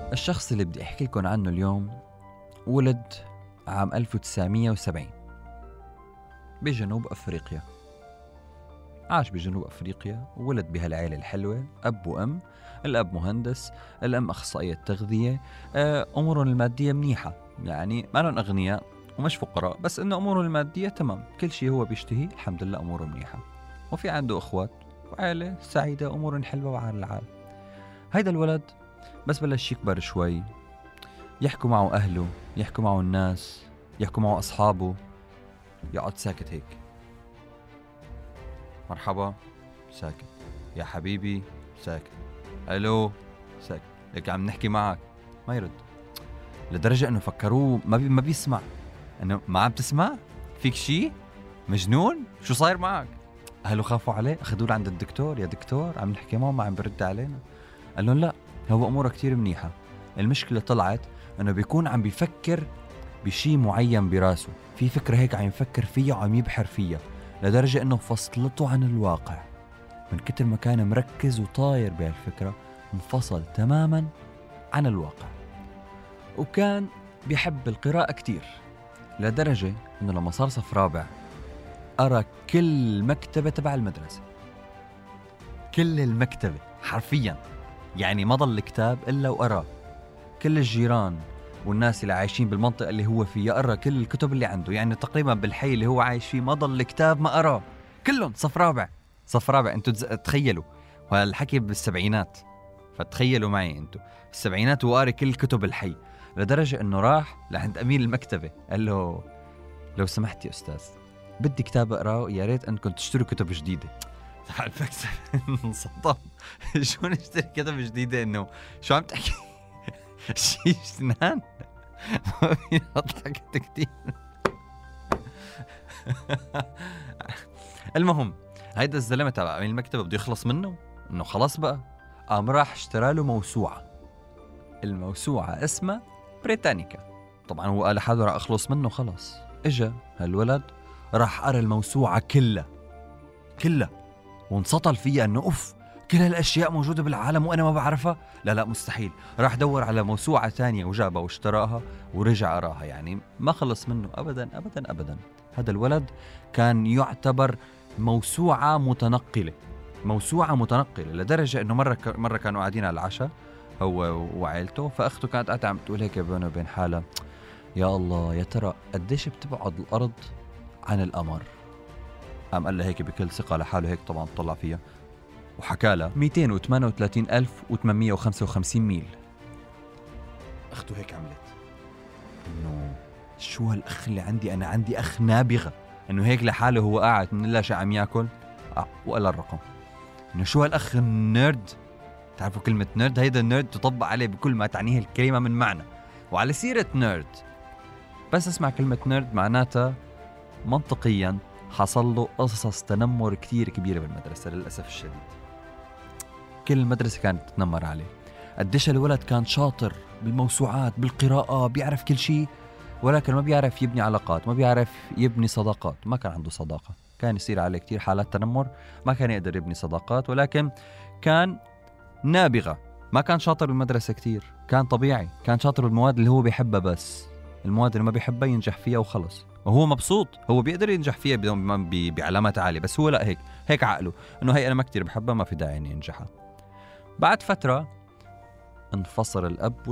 الشخص اللي بدي أحكي لكم عنه اليوم ولد عام 1970 بجنوب أفريقيا. عاش بجنوب أفريقيا وولد بهالعائلة الحلوة، أب وأم. الأب مهندس، الأم أخصائية تغذية. أمورهم المادية منيحة، يعني ما لهم أغنياء ومش فقراء، بس إنه أموره المادية تمام، كل شيء هو بيشتهي الحمد لله أموره منيحة. وفي عنده أخوات وعائلة سعيدة، أمورهم حلوة وعلى العال. هيدا الولد بس بلش يكبر شوي، يحكوا معه أهله، يحكوا معه الناس، يحكوا معه أصحابه، يقعد ساكت هيك. مرحبا، ساكت. يا حبيبي، ساكت. ألو، ساكت. لك عم نحكي معك، ما يرد. لدرجة أنه فكروه ما بيسمع، أنه ما عم تسمع؟ فيك شي؟ مجنون؟ شو صاير معك؟ أهله خافوا عليه، أخذوه عند الدكتور. يا دكتور عم نحكي معه ما عم برد علينا. قال لهم لا، هو أموره كتير منيحة. المشكلة طلعت أنه بيكون عم بيفكر بشي معين براسه، في فكرة هيك عم يفكر فيها وعم يبحر فيها، لدرجة أنه فصلته عن الواقع. من كتر ما كان مركز وطاير بهالفكرة انفصل تماما عن الواقع. وكان بيحب القراءة كتير، لدرجة أنه لما صار صف رابع قرأ كل مكتبة تبع المدرسة، كل المكتبة حرفيا، يعني ما ضل كتاب إلا وقرأ. كل الجيران والناس اللي عايشين بالمنطقة اللي هو فيها قرأ كل الكتب اللي عنده، يعني تقريبا بالحي اللي هو عايش فيه ما ضل كتاب ما قرأ، كلهم صف رابع. صف رابع، انتوا تخيلوا، وهالحكي بالسبعينات، فتخيلوا معي انتوا بالسبعينات وقاري كل كتب الحي. لدرجة انه راح لعند امين المكتبة قال له لو سمحت يا استاذ بدي كتاب اقراه، يا ريت انكم تشتروا كتب جديدة. على المكتب انصدم. شو نشتري كتب جديدة؟ انه شو عم تحكي؟ شي جنان. ما فيني ضحكت كتير. المهم هيدا الزلمة تبع امين المكتبة بده يخلص منه، انه خلاص بقى قام راح اشترى له موسوعة. الموسوعة اسمها بريتانيكا. طبعا هو قال لحاله راح اخلص منه خلاص. اجا هالولد راح قرا الموسوعة كلها وانسطل فيها انه اوف، كل هالاشياء موجودة بالعالم وانا ما بعرفها. لا مستحيل. راح دور على موسوعة تانية وجابها واشتراها ورجع قراها، يعني ما خلص منه ابدا ابدا ابدا. هذا الولد كان يعتبر موسوعة متنقلة لدرجة انه مرة كانوا قاعدين على العشاء هو وعائلته، فاخته كانت قاعدة عم تقول هيك بينه وبين حالها يا الله يا ترى قديش بتبعد الارض عن القمر. قام قال له هيك بكل ثقة لحاله، هيك طبعا طلع فيها وحكى لها 238,855 ميل. اخته هيك عملت انه شو هالاخ اللي عندي، انا عندي اخ نابغة، انه هيك لحاله هو قاعد من لا شيء عم ياكل وقال الرقم انه شو هالاخ النيرد. تعرفوا كلمة نيرد؟ هيدا النيرد تطبق عليه بكل ما تعنيه الكلمة من معنى. وعلى سيرة نيرد، بس اسمع كلمة نيرد معناتها منطقيا حصل له قصص تنمر كتير كبيرة بالمدرسة للأسف الشديد. كل المدرسة كانت تتنمر عليه. قديش الولد كان شاطر بالموسوعات بالقراءة، بيعرف كل شيء، ولكن ما بيعرف يبني علاقات، ما بيعرف يبني صداقات، ما كان عنده صداقة. كان يصير عليه كتير حالات تنمر، ما كان يقدر يبني صداقات، ولكن كان نابغة. ما كان شاطر بالمدرسة كتير، كان طبيعي، كان شاطر بالمواد اللي هو بيحبها، بس المواد اللي ما بيحبها ينجح فيها وخلص، وهو مبسوط. هو بيقدر ينجح فيها بعلامات عالية، بس هو لا، هيك عقله انه هي انا ما كتير بحبها، ما في داعي اني انجحها. بعد فترة انفصل الاب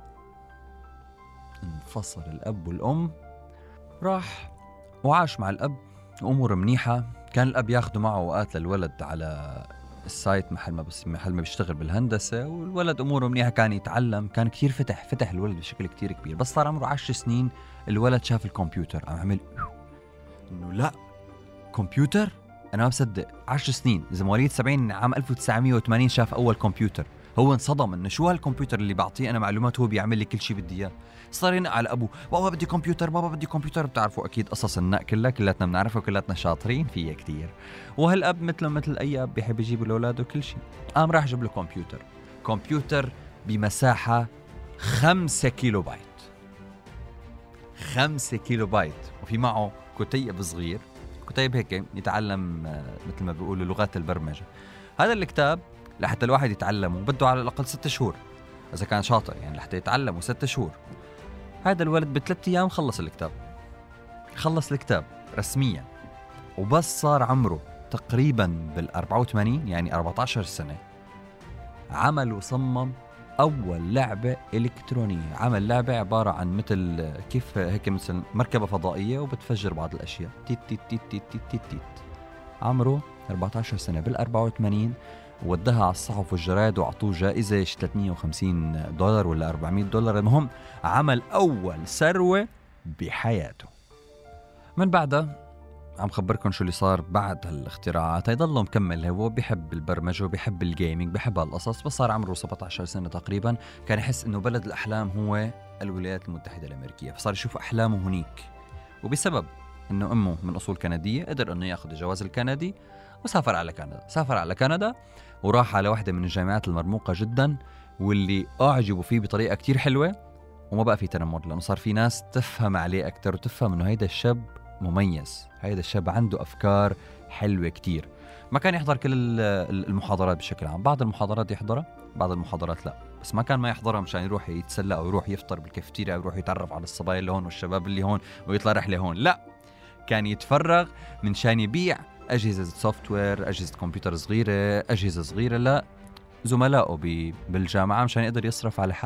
والام. راح وعاش مع الاب وامور منيحة. كان الاب ياخده معه اوقات للولد على السايت محل ما بيشتغل بالهندسة، والولد أموره منيحة، كان يتعلم، كان كتير فتح الولد بشكل كتير كبير. بس صار عمره 10 سنين الولد شاف الكمبيوتر، عم عمل إنه لا كمبيوتر، أنا ما بصدق. 10 سنين، إذا مواليد 70 عام 1980 شاف أول كمبيوتر. هو انصدم إنه شو هالكمبيوتر اللي بعطيه أنا معلومات، هو بيعمل لي كل شيء بدي إياه. صار ينقل على أبوه، بابا بدي كمبيوتر. بتعرفوا أكيد قصص النق كلاتنا بنعرفها وكلاتنا شاطرين فيها كتير. وهالأب مثل أي أب بيحب يجيب لأولاده كل شيء. قام راح جاب له كمبيوتر بمساحة 5 كيلو بايت. 5 كيلو بايت، وفي معه كتيب صغير، كتيب هيك يتعلم مثل ما بيقولوا لغات البرمجة. هذا الكتاب لحتى الواحد يتعلمه بده على الأقل 6 شهور. إذا كان شاطر يعني لحتى يتعلم 6 شهور. هذا الولد ب3 أيام خلص الكتاب رسميا. وبس صار عمره تقريبا بال84 يعني 14 سنة عمل وصمم أول لعبة إلكترونية. عمل لعبة عبارة عن مثل كيف هيك مثل مركبة فضائية وبتفجر بعض الأشياء. تيت تيت تيت تيت تيت تيت تيت. عمره 14 سنة بال84 ودها على الصحف والجرائد وعطوه جائزة $350 ولا $400. المهم عمل أول ثروة بحياته. من بعدها عم خبركن شو اللي صار بعد هالاختراعات. هيضله مكمل. هو بيحب البرمجة وبيحب الجيمينج، بيحب هالقصص. بس صار عمره 17 سنة تقريبا كان يحس انه بلد الأحلام هو الولايات المتحدة الأمريكية، فصار يشوف أحلامه هنيك. وبسبب انه امه من أصول كندية قدر انه ياخذ الجواز الكندي وسافر على كندا وراح على واحدة من الجامعات المرموقة جدا، واللي أعجبوا فيه بطريقة كتير حلوة. وما بقى في تنمر، لأنه صار في ناس تفهم عليه أكتر وتفهم انه هيدا الشاب مميز، هيدا الشاب عنده أفكار حلوة كتير. ما كان يحضر كل المحاضرات بشكل عام، بعض المحاضرات يحضرها، بعض المحاضرات لا. بس ما كان ما يحضرها مشان يروح يتسلى أو يروح يفطر بالكافتيريا أو يروح يتعرف على الصبايا اللي هون والشباب اللي هون ويطلع رحلة هون. لا، كان يتفرغ من شان يبيع أجهزة سوفت وير، أجهزة كمبيوتر صغيرة، أجهزة صغيرة لا زملائه بالجامعة مشان يقدر يصرف على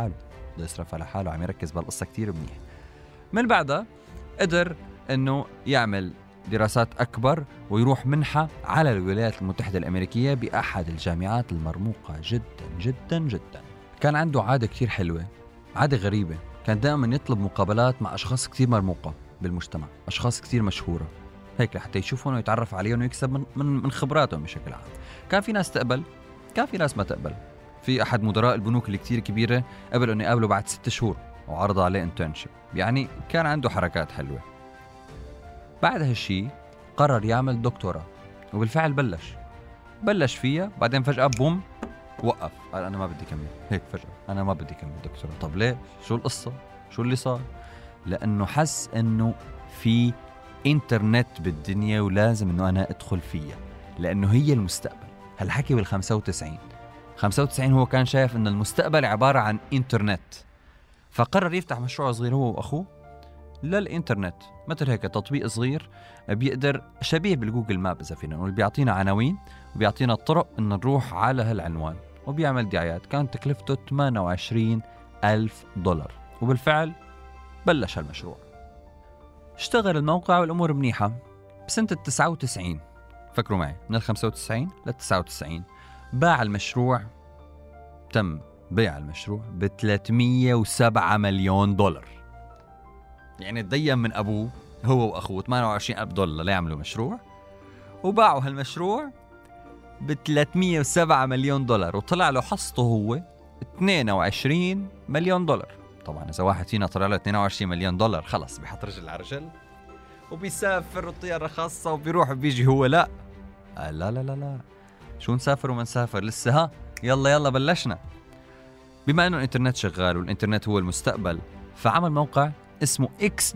حاله. عم يركز بالقصة كتير منيح. من بعدها قدر انه يعمل دراسات اكبر ويروح منحة على الولايات المتحدة الامريكية باحد الجامعات المرموقة جدا جدا جدا. كان عنده عادة كتير حلوة، عادة غريبة. كان دائما يطلب مقابلات مع اشخاص كتير مرموقة بالمجتمع، اشخاص كتير مشهورة هيك لحتى يشوفهم ويتعرف عليهم ويكسب من خبراتهم بشكل عام. كان في ناس تقبل، كان في ناس ما تقبل. في احد مدراء البنوك اللي كتير كبيرة قبل انه يقابله بعد 6 شهور وعرض عليه انترنشيب. يعني كان عنده حركات حلوة. بعد هالشي قرر يعمل دكتوراه، وبالفعل بلش فيها. بعدين فجأة بوم وقف، قال أنا ما بدي كمل هيك. فجأة أنا ما بدي كمل دكتوراه. طب ليه؟ شو القصة؟ شو اللي صار؟ لأنه حس أنه في إنترنت بالدنيا ولازم أنه أنا أدخل فيها، لأنه هي المستقبل. هالحكي بال95 هو كان شايف أن المستقبل عبارة عن إنترنت. فقرر يفتح مشروع صغير هو وأخوه للإنترنت، مثل هيك تطبيق صغير بيقدر شبيه بالجوجل ماب إذا فينا نقول، بيعطينا عناوين وبيعطينا الطرق إن نروح على هالعنوان، وبيعمل دعايات. كانت تكلفته $28,000. وبالفعل بلش هالمشروع. اشتغل الموقع والأمور منيحة. بسنة 99 فكروا معي، من 95 ل99 تم بيع المشروع $307 مليون. يعني تدين من أبوه هو وأخوه $28,000 ليعملوا مشروع، وباعوا هالمشروع $307 مليون. وطلع له حصته هو $22 مليون. طبعا إذا واحد فينا طلع له $22 مليون خلص بيحط رجل على رجل وبيسافر وطيارة خاصة وبيروح وبيجي. هو لا لا لا لا لا، شو نسافر وما نسافر لسه، ها يلا بلشنا. بما أنه الإنترنت شغال والإنترنت هو المستقبل، فعمل موقع اسمه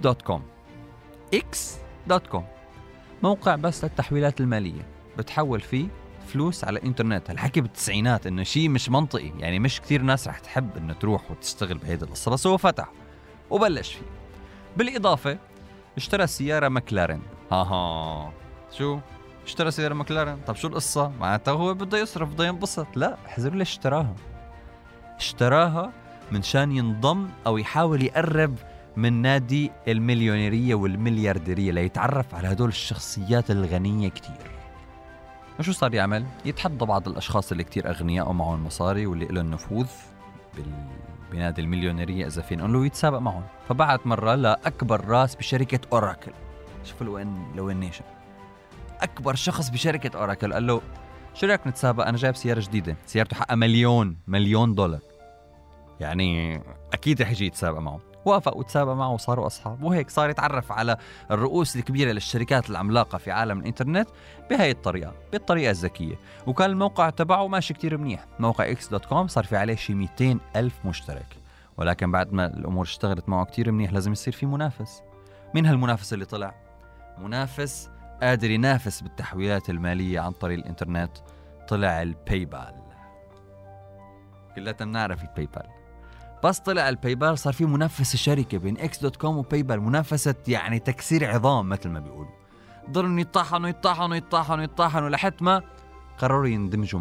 x.com. موقع بس للتحويلات المالية، بتحول فيه فلوس على الإنترنت. هالحكي بالتسعينات إنه شيء مش منطقي، يعني مش كتير ناس رح تحب إنه تروح وتشتغل بهيدا القصة. بس هو فتح وبلش فيه. بالإضافة اشترى سيارة مكلارين. شو اشترى سيارة مكلارين؟ طب شو القصة؟ معناتها هو بده يصرف، بده ينبسط. لا، احذروا ليش اشتراها من شان ينضم أو يحاول يقرب من نادي المليونيرية والمليارديرية ليتعرف على هدول الشخصيات الغنية كتير. وشو صار يعمل؟ يتحدى بعض الأشخاص اللي كتير أغنياء ومعهم مصاري واللي لهم نفوذ بنادي المليونيرية إذا فين نقول له، يتسابق معهم. فبعت مرة لأكبر راس بشركة أوراكل. شوف لوين نيشن، أكبر شخص بشركة أوراكل، قال له شو رأيك نتسابق؟ أنا جايب سيارة جديدة، سيارته حقها $1,000,000. يعني أكيد رح يجي يتسابق معه. وافق وتسابق معه وصاروا أصحاب. وهيك صار يتعرف على الرؤوس الكبيرة للشركات العملاقة في عالم الإنترنت بهاي الطريقة، بالطريقة الذكية. وكان الموقع تبعه ماشي كتير منيح. موقع x.com صار في عليه شي 200,000 مشترك. ولكن بعد ما الأمور اشتغلت معه كتير منيح لازم يصير في منافس. مين هالمنافس اللي طلع؟ منافس قادر ينافس بالتحويلات المالية عن طريق الإنترنت. طلع الباي بال. كلنا بنعرف الباي بال. بس طلع البايبال صار في منافسة شركة بين x.com وبايبال، منافسة يعني تكسير عظام مثل ما بيقولوا. ضلوا يطاحنوا لحد ما قرروا يندمجوا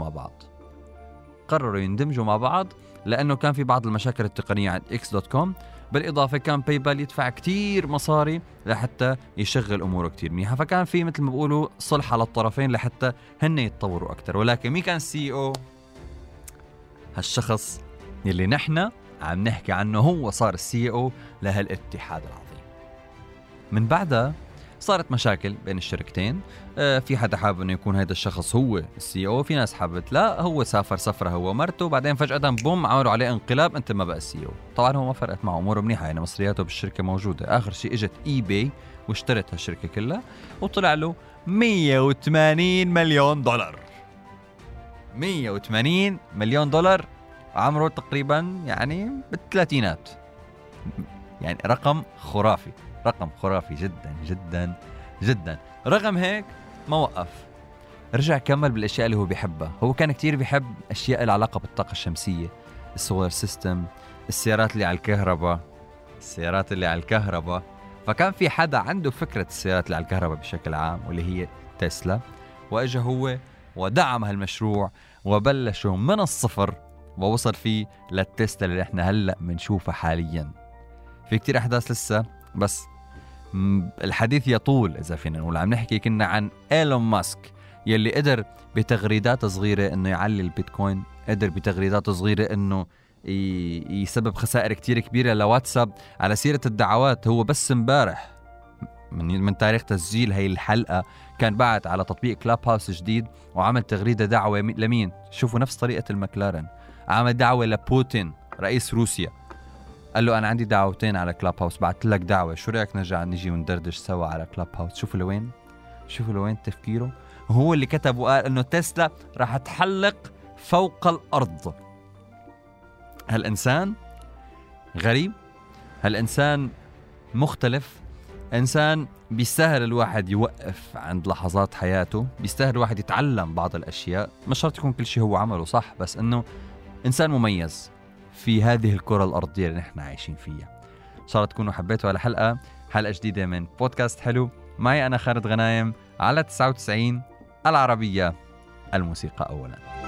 مع بعض لأنه كان في بعض المشاكل التقنية عند x.com. بالإضافة كان بايبال يدفع كتير مصاري لحتى يشغل أموره كتير منيحة، فكان في مثل ما بيقولوا صلح على الطرفين لحتى هن يتطوروا أكتر. ولكن مين كان CEO؟ هالشخص اللي نحن عم نحكي عنه هو صار CEO لهالاتحاد العظيم. من بعدها صارت مشاكل بين الشركتين. في حدا حابب انه يكون هذا الشخص هو CEO، في ناس حابت لا هو سافر سفره هو ومرته، بعدين فجأة بوم عملوا عليه انقلاب انت ما بقى CEO. طبعا هو ما فرقت معه، اموره منيحه يعني مصرياته بالشركه موجوده. اخر شيء اجت eBay واشترت هالشركه كلها وطلع له 180 مليون دولار. 180 مليون دولار عمره تقريبا يعني بالثلاثينات، يعني رقم خرافي جدا جدا جدا. رغم هيك ما وقف، رجع كمل بالاشياء اللي هو بيحبها. هو كان كتير بيحب اشياء العلاقة بالطاقة الشمسية، السولار سيستم، السيارات اللي على الكهرباء. فكان في حدا عنده فكرة السيارات اللي على الكهرباء بشكل عام واللي هي تسلا، واجا هو ودعم هالمشروع وبلشوا من الصفر ووصل فيه للتسلا اللي احنا هلأ منشوفها حاليا. في كتير أحداث لسه، بس الحديث يطول إذا فينا نقول. عم نحكي كنا عن إيلون ماسك يلي قدر بتغريدات صغيرة إنه يعلي البيتكوين، قدر بتغريدات صغيرة إنه يسبب خسائر كتير كبيرة لواتساب. على سيرة الدعوات، هو بس امبارح من تاريخ تسجيل هاي الحلقة كان بعت على تطبيق كلاب هاوس جديد وعمل تغريدة دعوة لمين؟ شوفوا نفس طريقة المكلارن، عمل دعوة لبوتين رئيس روسيا، قال له أنا عندي دعوتين على كلاب هاوس، بعت لك دعوة، شو رأيك نرجع نجي وندردش سوا على كلاب هاوس؟ شوفوا لوين تفكيره. وهو اللي كتب وقال إنه تسلا راح تحلق فوق الأرض. هالإنسان غريب، هالإنسان مختلف، إنسان بيستاهل الواحد يوقف عند لحظات حياته، بيستاهل الواحد يتعلم بعض الأشياء. مش شرط يكون كل شيء هو عمله صح، بس إنه إنسان مميز في هذه الكرة الأرضية اللي نحن عايشين فيها. إن شاء الله تكونوا حبيتوا هالحلقة، حلقة جديدة من بودكاست حلو معي أنا خالد غنايم على 99 العربية، الموسيقى أولاً.